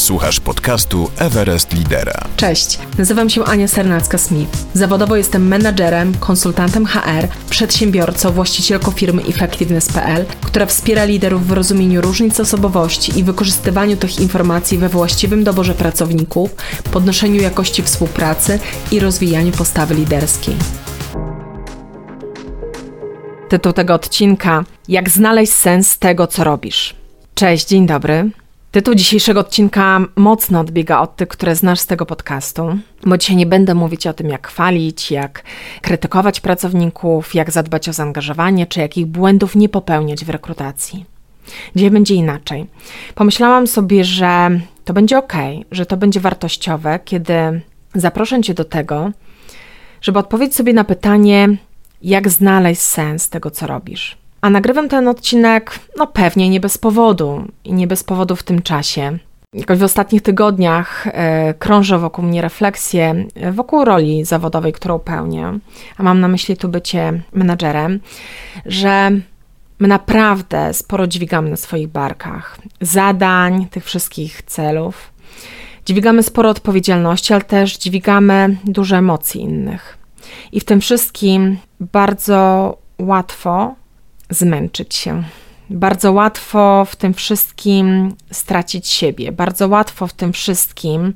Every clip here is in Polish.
Słuchasz podcastu Everest Lidera. Cześć, nazywam się Ania Sernacka-Smith. Zawodowo jestem menadżerem, konsultantem HR, przedsiębiorcą, właścicielką firmy Effectiveness.pl, która wspiera liderów w rozumieniu różnic osobowości i wykorzystywaniu tych informacji we właściwym doborze pracowników, podnoszeniu jakości współpracy i rozwijaniu postawy liderskiej. Tytuł tego odcinka: Jak znaleźć sens tego, co robisz? Cześć, dzień dobry. Tytuł dzisiejszego odcinka mocno odbiega od tych, które znasz z tego podcastu, bo dzisiaj nie będę mówić o tym, jak chwalić, jak krytykować pracowników, jak zadbać o zaangażowanie, czy jakich błędów nie popełniać w rekrutacji. Dzisiaj będzie inaczej. Pomyślałam sobie, że to będzie okej, że to będzie wartościowe, kiedy zaproszę Cię do tego, żeby odpowiedzieć sobie na pytanie, jak znaleźć sens tego, co robisz. A nagrywam ten odcinek, pewnie nie bez powodu i nie bez powodu w tym czasie. Jakoś w ostatnich tygodniach krążą wokół mnie refleksje wokół roli zawodowej, którą pełnię, a mam na myśli tu bycie menadżerem, że my naprawdę sporo dźwigamy na swoich barkach zadań, tych wszystkich celów. Dźwigamy sporo odpowiedzialności, ale też dźwigamy dużo emocji innych. I w tym wszystkim bardzo łatwo zmęczyć się. Bardzo łatwo w tym wszystkim stracić siebie. Bardzo łatwo w tym wszystkim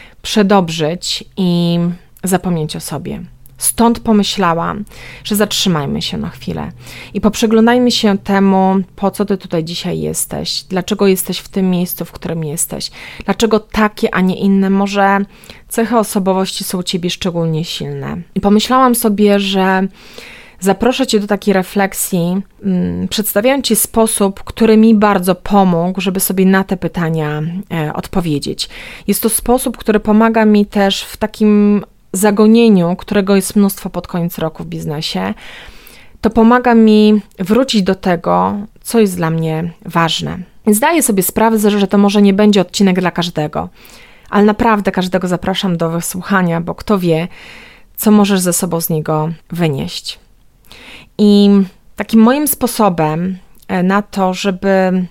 przedobrzyć i zapomnieć o sobie. Stąd pomyślałam, że zatrzymajmy się na chwilę i poprzyglądajmy się temu, po co ty tutaj dzisiaj jesteś, dlaczego jesteś w tym miejscu, w którym jesteś, dlaczego takie, a nie inne może cechy osobowości są u ciebie szczególnie silne. I pomyślałam sobie, że zaproszę Cię do takiej refleksji, przedstawiając Ci sposób, który mi bardzo pomógł, żeby sobie na te pytania odpowiedzieć. Jest to sposób, który pomaga mi też w takim zagonieniu, którego jest mnóstwo pod koniec roku w biznesie. To pomaga mi wrócić do tego, co jest dla mnie ważne. Zdaję sobie sprawę, że to może nie będzie odcinek dla każdego, ale naprawdę każdego zapraszam do wysłuchania, bo kto wie, co możesz ze sobą z niego wynieść. I takim moim sposobem na to, żeby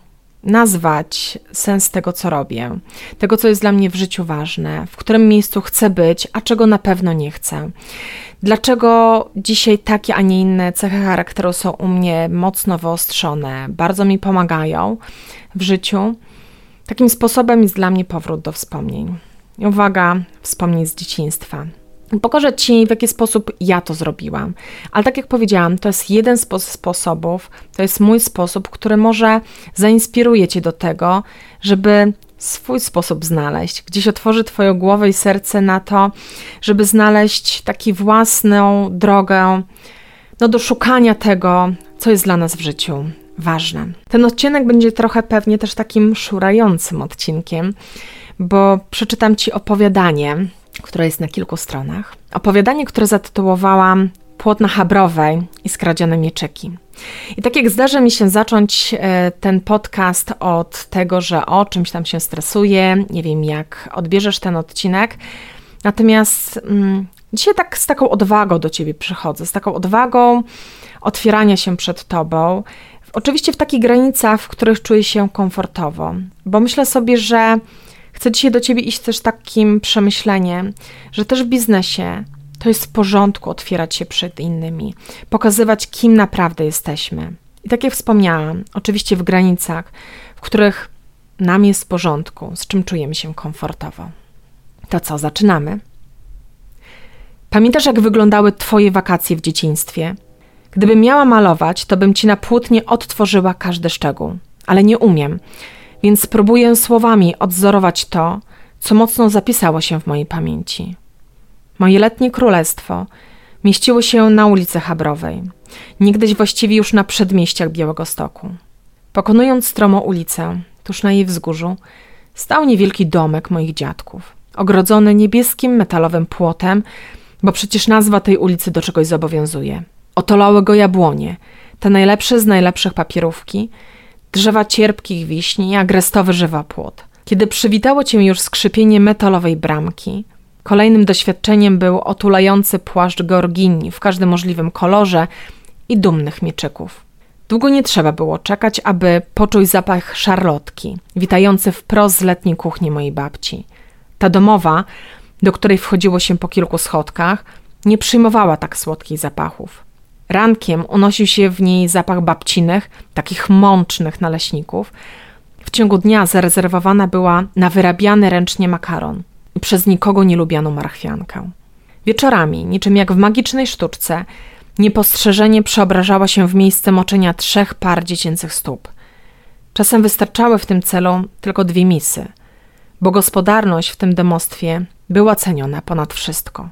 nazwać sens tego, co robię, tego, co jest dla mnie w życiu ważne, w którym miejscu chcę być, a czego na pewno nie chcę. Dlaczego dzisiaj takie, a nie inne cechy charakteru są u mnie mocno wyostrzone, bardzo mi pomagają w życiu. Takim sposobem jest dla mnie powrót do wspomnień. I uwaga, wspomnień z dzieciństwa. Pokażę Ci, w jaki sposób ja to zrobiłam. Ale tak jak powiedziałam, to jest jeden z sposobów, to jest mój sposób, który może zainspiruje Cię do tego, żeby swój sposób znaleźć. Gdzieś otworzy Twoją głowę i serce na to, żeby znaleźć taką własną drogę do szukania tego, co jest dla nas w życiu ważne. Ten odcinek będzie trochę pewnie też takim szurającym odcinkiem, bo przeczytam Ci opowiadanie, które jest na kilku stronach. Opowiadanie, które zatytułowałam Płot na Chabrowej i skradzione mieczyki. I tak jak zdarza mi się zacząć ten podcast od tego, że o czymś tam się stresuję, nie wiem jak odbierzesz ten odcinek, natomiast dzisiaj tak z taką odwagą do Ciebie przychodzę, z taką odwagą otwierania się przed Tobą, oczywiście w takich granicach, w których czuję się komfortowo, bo myślę sobie, że chcę dzisiaj do Ciebie iść też takim przemyśleniem, że też w biznesie to jest w porządku otwierać się przed innymi, pokazywać, kim naprawdę jesteśmy. I tak jak wspomniałam, oczywiście w granicach, w których nam jest w porządku, z czym czujemy się komfortowo. To co, zaczynamy? Pamiętasz, jak wyglądały Twoje wakacje w dzieciństwie? Gdybym miała malować, to bym Ci na płótnie odtworzyła każdy szczegół, ale nie umiem. Więc spróbuję słowami odzorować to, co mocno zapisało się w mojej pamięci. Moje letnie królestwo mieściło się na ulicy Chabrowej, niegdyś właściwie już na przedmieściach Białegostoku. Pokonując stromą ulicę, tuż na jej wzgórzu, stał niewielki domek moich dziadków, ogrodzony niebieskim metalowym płotem, bo przecież nazwa tej ulicy do czegoś zobowiązuje. Otulały go jabłonie, te najlepsze z najlepszych papierówki, drzewa cierpkich wiśni, agrestowy żywopłot. Kiedy przywitało Cię już skrzypienie metalowej bramki, kolejnym doświadczeniem był otulający płaszcz georginii w każdym możliwym kolorze i dumnych mieczyków. Długo nie trzeba było czekać, aby poczuć zapach szarlotki, witający wprost z letniej kuchni mojej babci. Ta domowa, do której wchodziło się po kilku schodkach, nie przyjmowała tak słodkich zapachów. Rankiem unosił się w niej zapach babcinych, takich mącznych naleśników. W ciągu dnia zarezerwowana była na wyrabiany ręcznie makaron i przez nikogo nielubianą marchwiankę. Wieczorami, niczym jak w magicznej sztuczce, niepostrzeżenie przeobrażała się w miejsce moczenia 3 par dziecięcych stóp. Czasem wystarczały w tym celu tylko 2 misy, bo gospodarność w tym domostwie była ceniona ponad wszystko.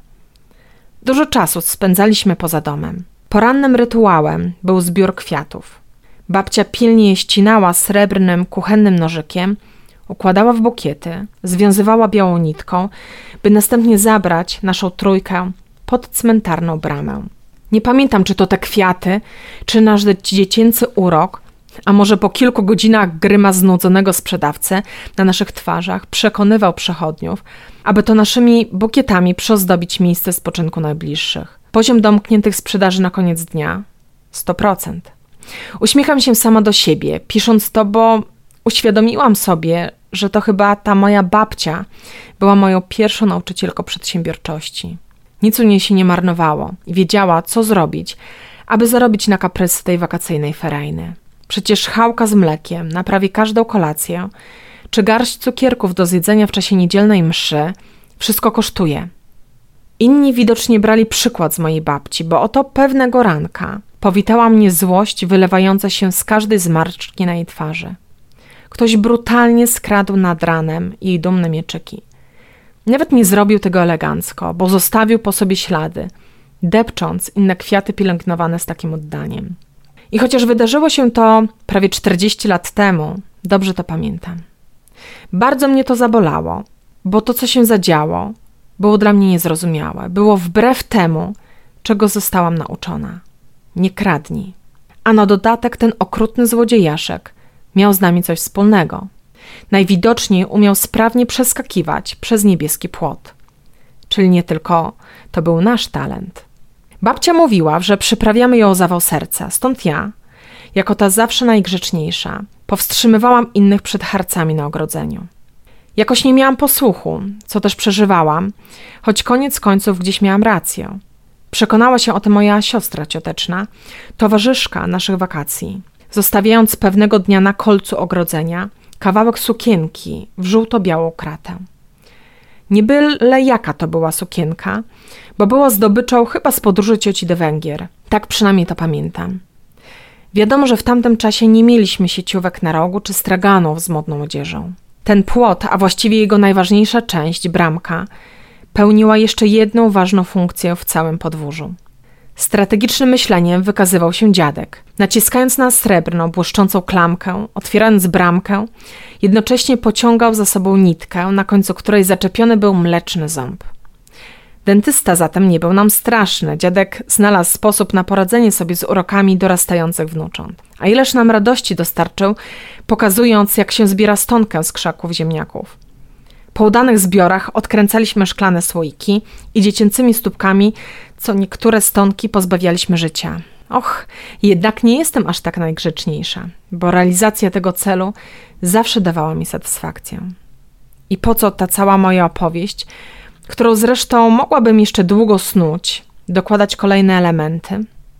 Dużo czasu spędzaliśmy poza domem. Porannym rytuałem był zbiór kwiatów. Babcia pilnie je ścinała srebrnym, kuchennym nożykiem, układała w bukiety, związywała białą nitką, by następnie zabrać naszą trójkę pod cmentarną bramę. Nie pamiętam, czy to te kwiaty, czy nasz dziecięcy urok, a może po kilku godzinach grymas znudzonego sprzedawcy na naszych twarzach przekonywał przechodniów, aby to naszymi bukietami przyozdobić miejsce spoczynku najbliższych. Poziom domkniętych sprzedaży na koniec dnia 100%. Uśmiecham się sama do siebie, pisząc to, bo uświadomiłam sobie, że to chyba ta moja babcia była moją pierwszą nauczycielką przedsiębiorczości. Nic u niej się nie marnowało i wiedziała, co zrobić, aby zarobić na kaprysy tej wakacyjnej ferajny. Przecież chałka z mlekiem na prawie każdą kolację, czy garść cukierków do zjedzenia w czasie niedzielnej mszy, wszystko kosztuje. Inni widocznie brali przykład z mojej babci, bo oto pewnego ranka powitała mnie złość wylewająca się z każdej zmarszczki na jej twarzy. Ktoś brutalnie skradł nad ranem jej dumne mieczyki. Nawet nie zrobił tego elegancko, bo zostawił po sobie ślady, depcząc inne kwiaty pielęgnowane z takim oddaniem. I chociaż wydarzyło się to prawie 40 lat temu, dobrze to pamiętam. Bardzo mnie to zabolało, bo to, co się zadziało, było dla mnie niezrozumiałe. Było wbrew temu, czego zostałam nauczona. Nie kradnij. A na dodatek ten okrutny złodziejaszek miał z nami coś wspólnego. Najwidoczniej umiał sprawnie przeskakiwać przez niebieski płot. Czyli nie tylko to był nasz talent. Babcia mówiła, że przyprawiamy ją o zawał serca, stąd ja, jako ta zawsze najgrzeczniejsza, powstrzymywałam innych przed harcami na ogrodzeniu. Jakoś nie miałam posłuchu, co też przeżywałam, choć koniec końców gdzieś miałam rację. Przekonała się o tym moja siostra cioteczna, towarzyszka naszych wakacji, zostawiając pewnego dnia na kolcu ogrodzenia kawałek sukienki w żółto-białą kratę. Nie byle jaka to była sukienka, bo była zdobyczą chyba z podróży cioci do Węgier. Tak przynajmniej to pamiętam. Wiadomo, że w tamtym czasie nie mieliśmy sieciówek na rogu czy straganów z modną odzieżą. Ten płot, a właściwie jego najważniejsza część, bramka, pełniła jeszcze jedną ważną funkcję w całym podwórzu. Strategicznym myśleniem wykazywał się dziadek. Naciskając na srebrną, błyszczącą klamkę, otwierając bramkę, jednocześnie pociągał za sobą nitkę, na końcu której zaczepiony był mleczny ząb. Dentysta zatem nie był nam straszny. Dziadek znalazł sposób na poradzenie sobie z urokami dorastających wnucząt. A ileż nam radości dostarczył, pokazując, jak się zbiera stonkę z krzaków ziemniaków. Po udanych zbiorach odkręcaliśmy szklane słoiki i dziecięcymi stópkami co niektóre stonki pozbawialiśmy życia. Och, jednak nie jestem aż tak najgrzeczniejsza, bo realizacja tego celu zawsze dawała mi satysfakcję. I po co ta cała moja opowieść, którą zresztą mogłabym jeszcze długo snuć, dokładać kolejne elementy?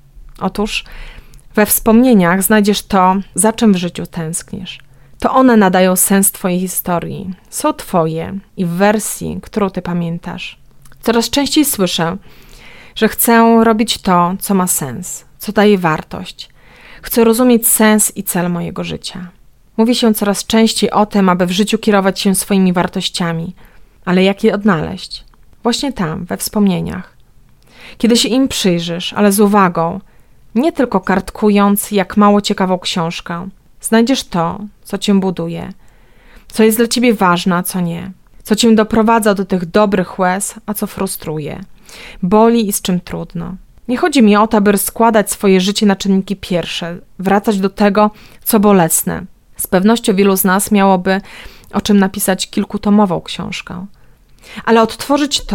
Otóż we wspomnieniach znajdziesz to, za czym w życiu tęsknisz. To one nadają sens twojej historii. Są twoje i w wersji, którą ty pamiętasz. Coraz częściej słyszę, że chcę robić to, co ma sens, co daje wartość. Chcę rozumieć sens i cel mojego życia. Mówi się coraz częściej o tym, aby w życiu kierować się swoimi wartościami. Ale jak je odnaleźć? Właśnie tam, we wspomnieniach. Kiedy się im przyjrzysz, ale z uwagą, nie tylko kartkując jak mało ciekawą książkę, znajdziesz to, co cię buduje, co jest dla ciebie ważne, a co nie, co cię doprowadza do tych dobrych łez, a co frustruje, boli i z czym trudno. Nie chodzi mi o to, aby składać swoje życie na czynniki pierwsze, wracać do tego, co bolesne. Z pewnością wielu z nas miałoby o czym napisać kilkutomową książkę. Ale odtworzyć to,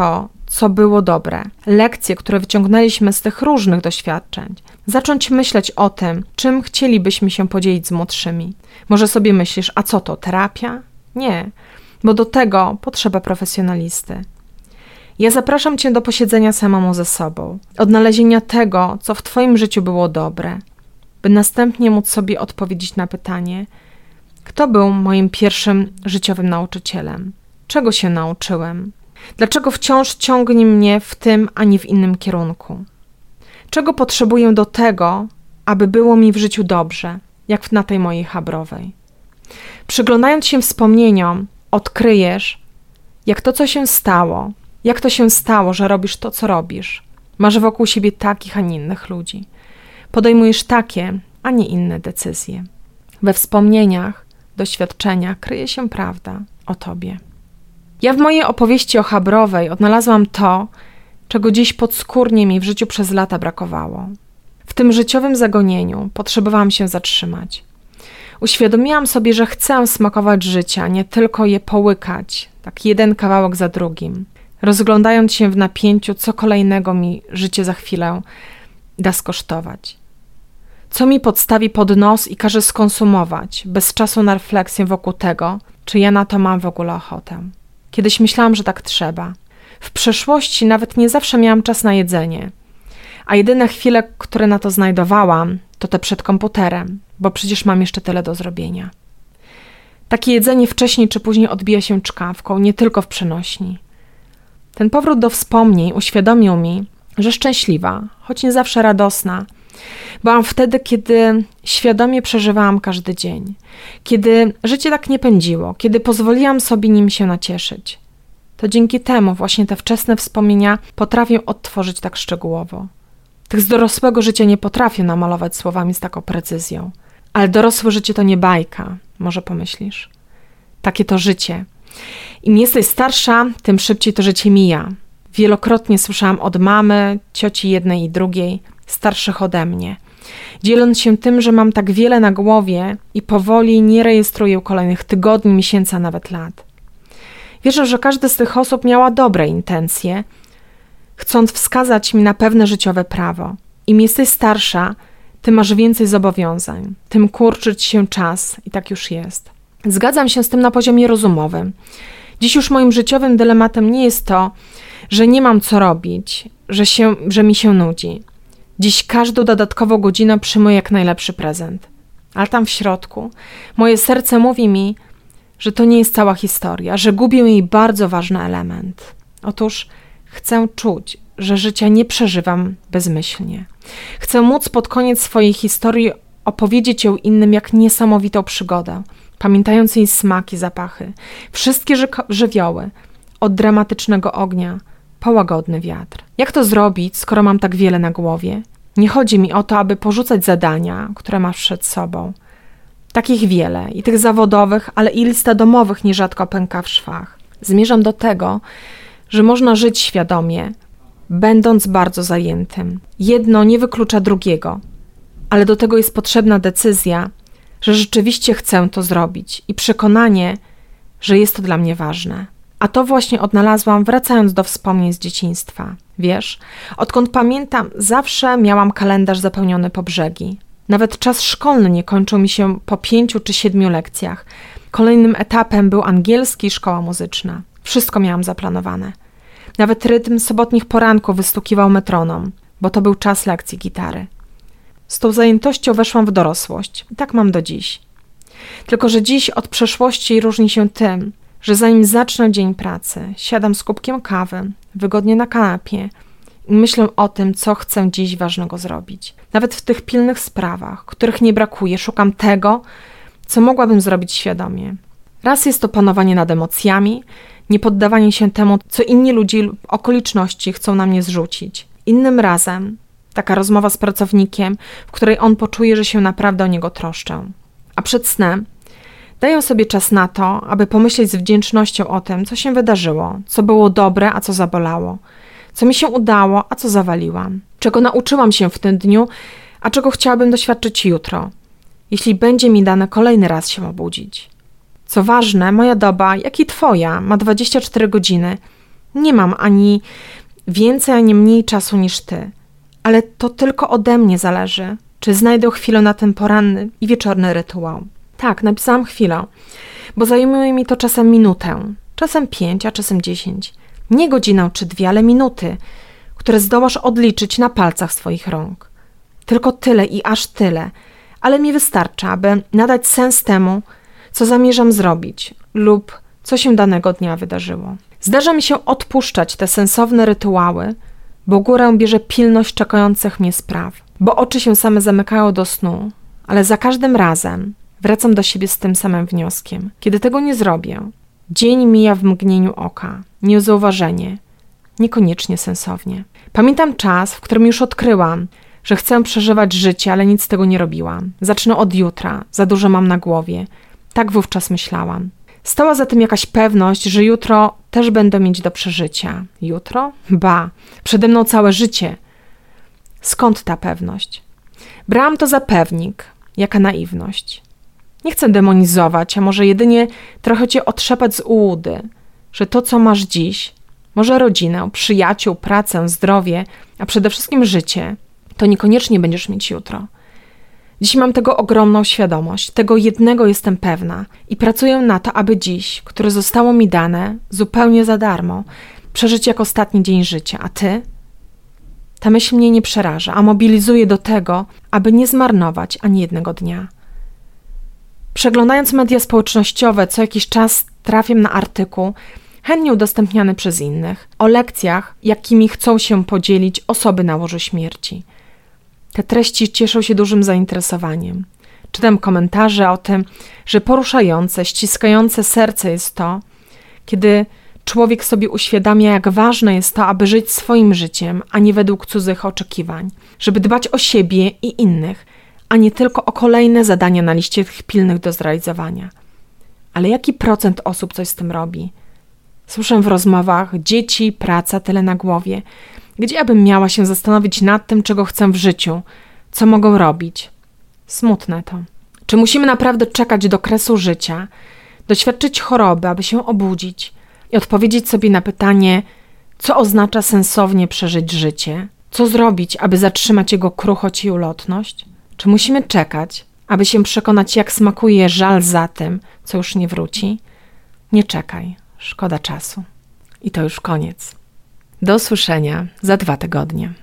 co było dobre, lekcje, które wyciągnęliśmy z tych różnych doświadczeń. Zacząć myśleć o tym, czym chcielibyśmy się podzielić z młodszymi. Może sobie myślisz, a co to, terapia? Nie, bo do tego potrzeba profesjonalisty. Ja zapraszam Cię do posiedzenia samemu ze sobą, odnalezienia tego, co w Twoim życiu było dobre, by następnie móc sobie odpowiedzieć na pytanie, kto był moim pierwszym życiowym nauczycielem? Czego się nauczyłem? Dlaczego wciąż ciągnie mnie w tym, a nie w innym kierunku? Czego potrzebuję do tego, aby było mi w życiu dobrze, jak na tej mojej Habrowej? Przyglądając się wspomnieniom, odkryjesz, jak to, co się stało, jak to się stało, że robisz to, co robisz. Masz wokół siebie takich, a nie innych ludzi. Podejmujesz takie, a nie inne decyzje. We wspomnieniach, doświadczeniach kryje się prawda o Tobie. Ja w mojej opowieści o Habrowej odnalazłam to, czego dziś podskórnie mi w życiu przez lata brakowało. W tym życiowym zagonieniu potrzebowałam się zatrzymać. Uświadomiłam sobie, że chcę smakować życia, nie tylko je połykać, tak jeden kawałek za drugim, rozglądając się w napięciu, co kolejnego mi życie za chwilę da skosztować. Co mi podstawi pod nos i każe skonsumować, bez czasu na refleksję wokół tego, czy ja na to mam w ogóle ochotę. Kiedyś myślałam, że tak trzeba. W przeszłości nawet nie zawsze miałam czas na jedzenie, a jedyne chwile, które na to znajdowałam, to te przed komputerem, bo przecież mam jeszcze tyle do zrobienia. Takie jedzenie wcześniej czy później odbija się czkawką, nie tylko w przenośni. Ten powrót do wspomnień uświadomił mi, że szczęśliwa, choć nie zawsze radosna, byłam wtedy, kiedy świadomie przeżywałam każdy dzień, kiedy życie tak nie pędziło, kiedy pozwoliłam sobie nim się nacieszyć. To dzięki temu właśnie te wczesne wspomnienia potrafię odtworzyć tak szczegółowo. Tych z dorosłego życia nie potrafię namalować słowami z taką precyzją, ale dorosłe życie to nie bajka, może pomyślisz. Takie to życie. Im jesteś starsza, tym szybciej to życie mija. Wielokrotnie słyszałam od mamy, cioci jednej i drugiej, starszych ode mnie, dzieląc się tym, że mam tak wiele na głowie i powoli nie rejestruję kolejnych tygodni, miesięcy, a nawet lat. Wierzę, że każda z tych osób miała dobre intencje, chcąc wskazać mi na pewne życiowe prawo. Im jesteś starsza, tym masz więcej zobowiązań, tym kurczy ci się czas i tak już jest. Zgadzam się z tym na poziomie rozumowym. Dziś już moim życiowym dylematem nie jest to, że nie mam co robić, że mi się nudzi. Dziś każdą dodatkową godzinę przyjmuję jak najlepszy prezent. Ale tam w środku moje serce mówi mi, że to nie jest cała historia, że gubię jej bardzo ważny element. Otóż chcę czuć, że życia nie przeżywam bezmyślnie. Chcę móc pod koniec swojej historii opowiedzieć ją innym jak niesamowitą przygodę, pamiętając jej smaki, zapachy, wszystkie żywioły, od dramatycznego ognia po łagodny wiatr. Jak to zrobić, skoro mam tak wiele na głowie? Nie chodzi mi o to, aby porzucać zadania, które masz przed sobą. Takich wiele, i tych zawodowych, ale i lista domowych nierzadko pęka w szwach. Zmierzam do tego, że można żyć świadomie, będąc bardzo zajętym. Jedno nie wyklucza drugiego, ale do tego jest potrzebna decyzja, że rzeczywiście chcę to zrobić i przekonanie, że jest to dla mnie ważne. A to właśnie odnalazłam, wracając do wspomnień z dzieciństwa. Wiesz, odkąd pamiętam, zawsze miałam kalendarz zapełniony po brzegi. Nawet czas szkolny nie kończył mi się po 5 czy 7 lekcjach. Kolejnym etapem był angielski i szkoła muzyczna. Wszystko miałam zaplanowane. Nawet rytm sobotnich poranków wystukiwał metronom, bo to był czas lekcji gitary. Z tą zajętością weszłam w dorosłość i tak mam do dziś. Tylko że dziś od przeszłości różni się tym, że zanim zacznę dzień pracy, siadam z kubkiem kawy, wygodnie na kanapie i myślę o tym, co chcę dziś ważnego zrobić. Nawet w tych pilnych sprawach, których nie brakuje, szukam tego, co mogłabym zrobić świadomie. Raz jest to panowanie nad emocjami, nie poddawanie się temu, co inni ludzie lub okoliczności chcą na mnie zrzucić. Innym razem taka rozmowa z pracownikiem, w której on poczuje, że się naprawdę o niego troszczę. A przed snem daję sobie czas na to, aby pomyśleć z wdzięcznością o tym, co się wydarzyło, co było dobre, a co zabolało, co mi się udało, a co zawaliłam, czego nauczyłam się w tym dniu, a czego chciałabym doświadczyć jutro, jeśli będzie mi dane kolejny raz się obudzić. Co ważne, moja doba, jak i twoja, ma 24 godziny Nie mam ani więcej, ani mniej czasu niż ty. Ale to tylko ode mnie zależy, czy znajdę chwilę na ten poranny i wieczorny rytuał. Tak, napisałam chwilę, bo zajmuje mi to czasem minutę, czasem 5, a czasem 10. Nie godzinę czy 2, ale minuty, które zdołasz odliczyć na palcach swoich rąk. Tylko tyle i aż tyle, ale mi wystarcza, aby nadać sens temu, co zamierzam zrobić lub co się danego dnia wydarzyło. Zdarza mi się odpuszczać te sensowne rytuały, bo górę bierze pilność czekających mnie spraw, bo oczy się same zamykają do snu, ale za każdym razem wracam do siebie z tym samym wnioskiem. Kiedy tego nie zrobię, dzień mija w mgnieniu oka, niezauważenie, niekoniecznie sensownie. Pamiętam czas, w którym już odkryłam, że chcę przeżywać życie, ale nic z tego nie robiłam. Zacznę od jutra, za dużo mam na głowie. Tak wówczas myślałam. Stała za tym jakaś pewność, że jutro też będę mieć do przeżycia. Jutro? Ba, przede mną całe życie. Skąd ta pewność? Brałam to za pewnik. Jaka naiwność. Nie chcę demonizować, a może jedynie trochę cię otrzepać z ułudy, że to, co masz dziś, może rodzinę, przyjaciół, pracę, zdrowie, a przede wszystkim życie, to niekoniecznie będziesz mieć jutro. Dziś mam tego ogromną świadomość, tego jednego jestem pewna i pracuję na to, aby dziś, które zostało mi dane zupełnie za darmo, przeżyć jak ostatni dzień życia. A ty? Ta myśl mnie nie przeraża, a mobilizuje do tego, aby nie zmarnować ani jednego dnia. Przeglądając media społecznościowe, co jakiś czas trafiam na artykuł, chętnie udostępniany przez innych, o lekcjach, jakimi chcą się podzielić osoby na łożu śmierci. Te treści cieszą się dużym zainteresowaniem. Czytam komentarze o tym, że poruszające, ściskające serce jest to, kiedy człowiek sobie uświadamia, jak ważne jest to, aby żyć swoim życiem, a nie według cudzych oczekiwań, żeby dbać o siebie i innych, a nie tylko o kolejne zadania na liście tych pilnych do zrealizowania. Ale jaki procent osób coś z tym robi? Słyszę w rozmowach: dzieci, praca, tyle na głowie. Gdzie ja bym miała się zastanowić nad tym, czego chcę w życiu? Co mogą robić? Smutne to. Czy musimy naprawdę czekać do kresu życia, doświadczyć choroby, aby się obudzić i odpowiedzieć sobie na pytanie, co oznacza sensownie przeżyć życie? Co zrobić, aby zatrzymać jego kruchoć i ulotność? Czy musimy czekać, aby się przekonać, jak smakuje żal za tym, co już nie wróci? Nie czekaj, szkoda czasu. I to już koniec. Do usłyszenia za 2 tygodnie.